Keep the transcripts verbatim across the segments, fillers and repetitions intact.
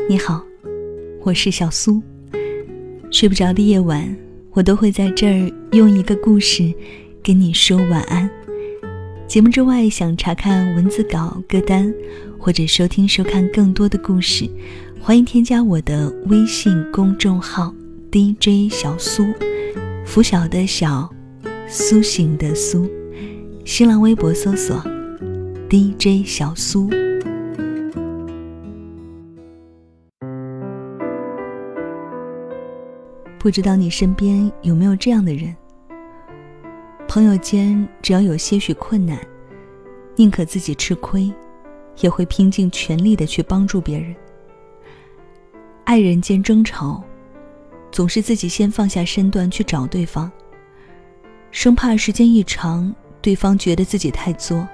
你好，我是小苏。睡不着的夜晚，我都会在这儿用一个故事跟你说晚安。节目之外，想查看文字稿、歌单，或者收听收看更多的故事，欢迎添加我的微信公众号 D J 小苏，拂晓的晓，苏醒的苏。新浪微博搜索 D J 小苏。不知道你身边有没有这样的人，朋友间只要有些许困难，宁可自己吃亏，也会拼尽全力的去帮助别人。爱人间争吵，总是自己先放下身段去找对方，生怕时间一长，对方觉得自己太作。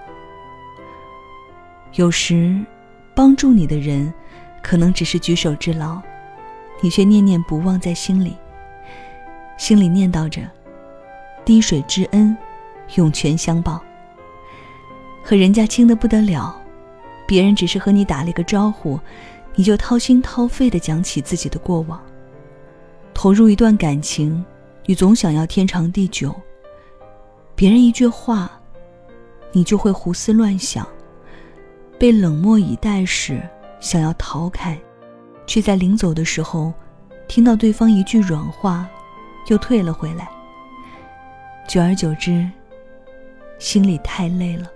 有时帮助你的人可能只是举手之劳，你却念念不忘在心里，心里念叨着滴水之恩，涌泉相报。和人家亲得不得了，别人只是和你打了一个招呼，你就掏心掏肺地讲起自己的过往。投入一段感情，你总想要天长地久，别人一句话，你就会胡思乱想，被冷漠以待时想要逃开，却在临走的时候听到对方一句软话，又退了回来。久而久之，心里太累了。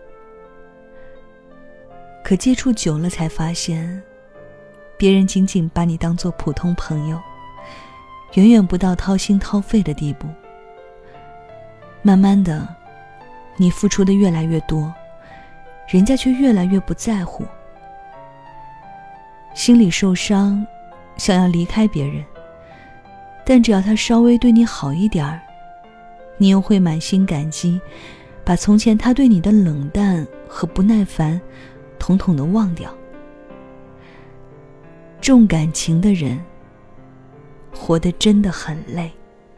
可接触久了才发现，别人仅仅把你当作普通朋友，远远不到掏心掏肺的地步。慢慢的，你付出的越来越多，人家却越来越不在乎。心里受伤，想要离开别人，但只要他稍微对你好一点儿，你又会满心感激，把从前他对你的冷淡和不耐烦统统的忘掉。重感情的人活得真的很累，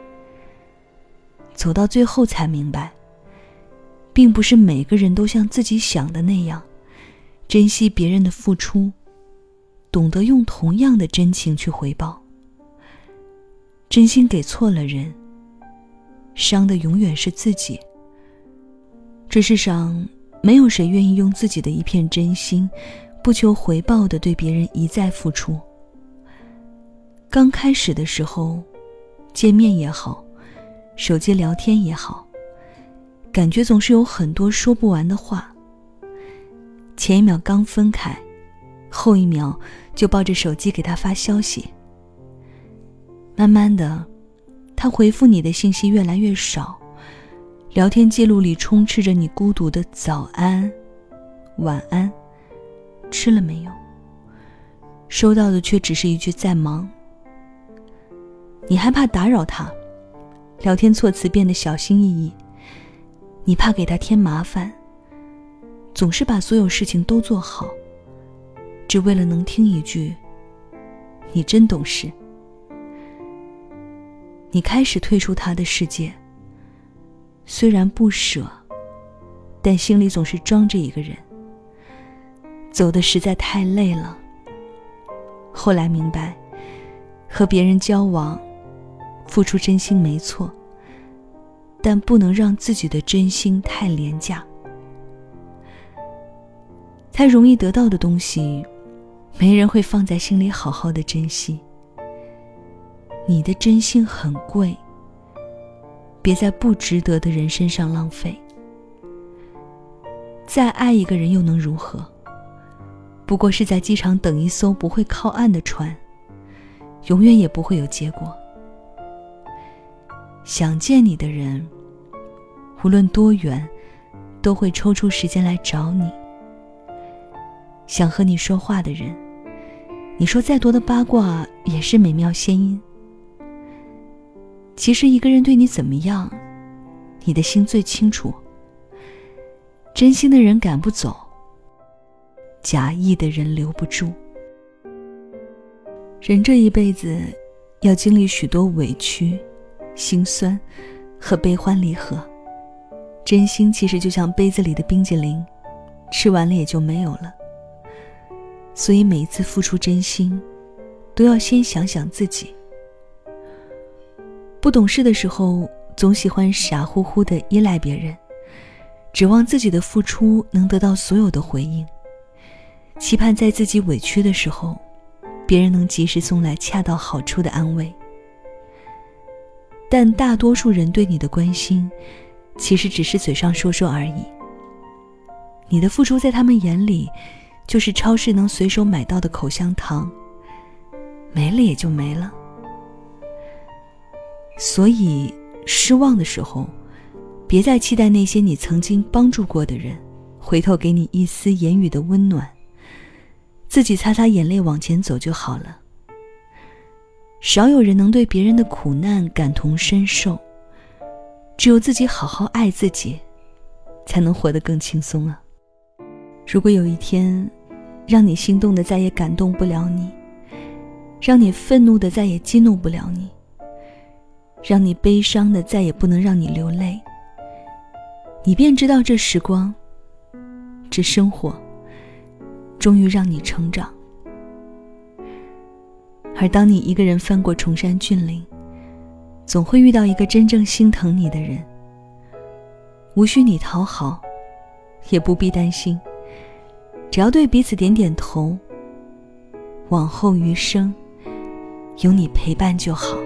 走到最后才明白，并不是每个人都像自己想的那样珍惜别人的付出，懂得用同样的真情去回报。真心给错了人，伤的永远是自己。这世上没有谁愿意用自己的一片真心，不求回报地对别人一再付出。刚开始的时候，见面也好，手机聊天也好，感觉总是有很多说不完的话。前一秒刚分开，后一秒就抱着手机给他发消息。慢慢的，他回复你的信息越来越少，聊天记录里充斥着你孤独的早安、晚安、吃了没有，收到的却只是一句在忙。你害怕打扰他，聊天措辞变得小心翼翼，你怕给他添麻烦，总是把所有事情都做好，只为了能听一句你真懂事。你开始退出他的世界，虽然不舍，但心里总是装着一个人，走得实在太累了。后来明白，和别人交往，付出真心没错，但不能让自己的真心太廉价。太容易得到的东西，没人会放在心里好好的珍惜。你的真心很贵，别在不值得的人身上浪费。再爱一个人又能如何？不过是在机场等一艘不会靠岸的船，永远也不会有结果。想见你的人，无论多远，都会抽出时间来找你。想和你说话的人，你说再多的八卦也是美妙仙音。其实一个人对你怎么样，你的心最清楚。真心的人赶不走，假意的人留不住。人这一辈子要经历许多委屈、心酸和悲欢离合。真心其实就像杯子里的冰激凌，吃完了也就没有了。所以每一次付出真心， 都要先想想自己。不懂事的时候，总喜欢傻乎乎地依赖别人，指望自己的付出能得到所有的回应，期盼在自己委屈的时候，别人能及时送来恰到好处的安慰。但大多数人对你的关心，其实只是嘴上说说而已。你的付出在他们眼里，就是超市能随手买到的口香糖，没了也就没了。所以失望的时候，别再期待那些你曾经帮助过的人回头给你一丝言语的温暖，自己擦擦眼泪往前走就好了。少有人能对别人的苦难感同身受，只有自己好好爱自己，才能活得更轻松啊。如果有一天让你心动的再也感动不了你，让你愤怒的再也激怒不了你，让你悲伤的再也不能让你流泪，你便知道这时光，这生活终于让你成长。而当你一个人翻过崇山峻岭，总会遇到一个真正心疼你的人，无需你讨好，也不必担心，只要对彼此点点头，往后余生有你陪伴就好。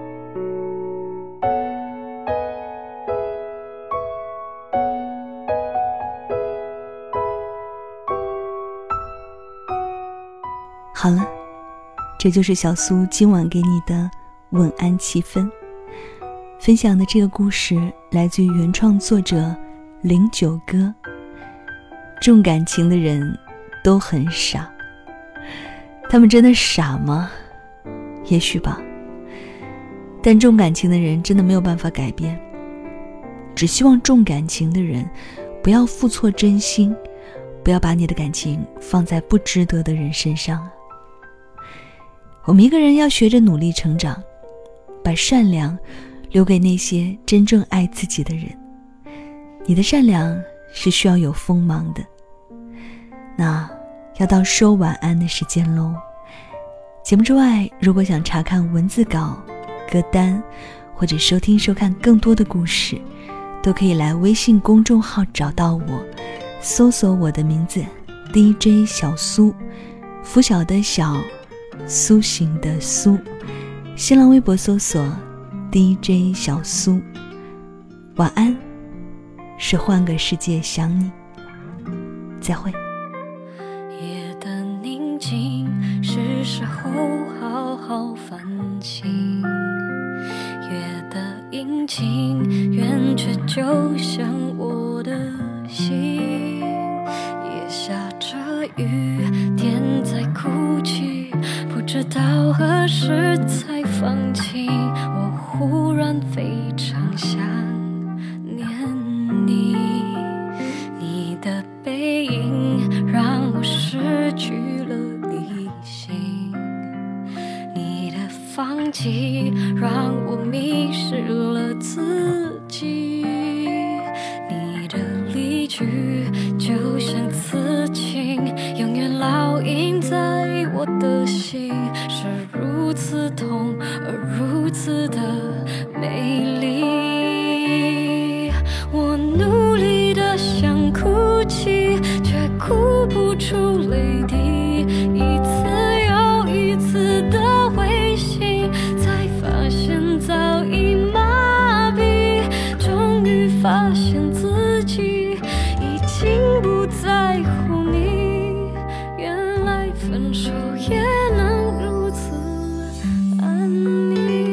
好了，这就是小苏今晚给你的晚安七分。分享的这个故事来自于原创作者零九哥。重感情的人都很傻，他们真的傻吗？也许吧，但重感情的人真的没有办法改变。只希望重感情的人不要付错真心，不要把你的感情放在不值得的人身上。我们一个人要学着努力成长，把善良留给那些真正爱自己的人。你的善良是需要有锋芒的。那要到说晚安的时间咯。节目之外，如果想查看文字稿、歌单，或者收听收看更多的故事，都可以来微信公众号找到我，搜索我的名字 D J 小苏，拂晓的小，苏醒的苏。新浪微博搜索 D J 小苏。晚安，是换个世界想你。再会。 夜的宁静，是时候好好反省。夜的阴晴，圆缺就像我的心。夜下着雨，天在哭泣，不知道何时才放弃。我忽然非常想念你，你的背影让我失去了理性，你的放弃让我迷失了自己，你的离去就像刺青，永远烙印在我的心，是如此痛而如此的美丽。我努力的想哭泣，却哭不出泪滴，一次又一次的灰心，才发现早已麻痹，终于发现自己已经不在乎你，原来分手也能如此安宁。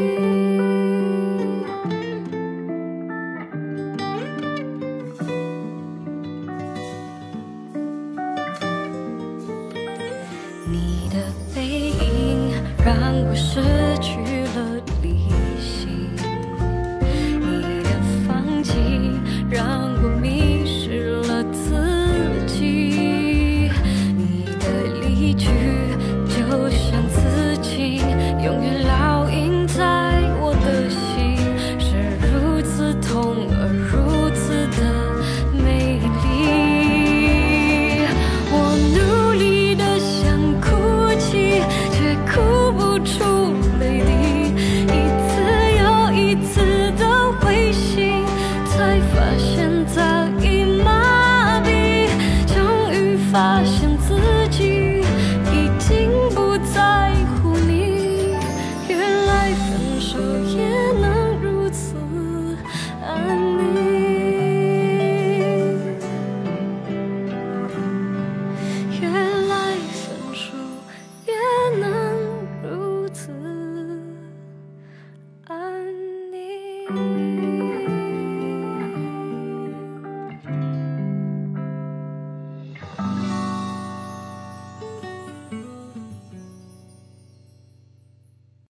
你的背影让我失去了理性，你的放弃让我迷失了自己，你的离去就像刺青，永远烙印在我的心，是如此痛而如此的美丽。我努力的想哭泣，却哭不你。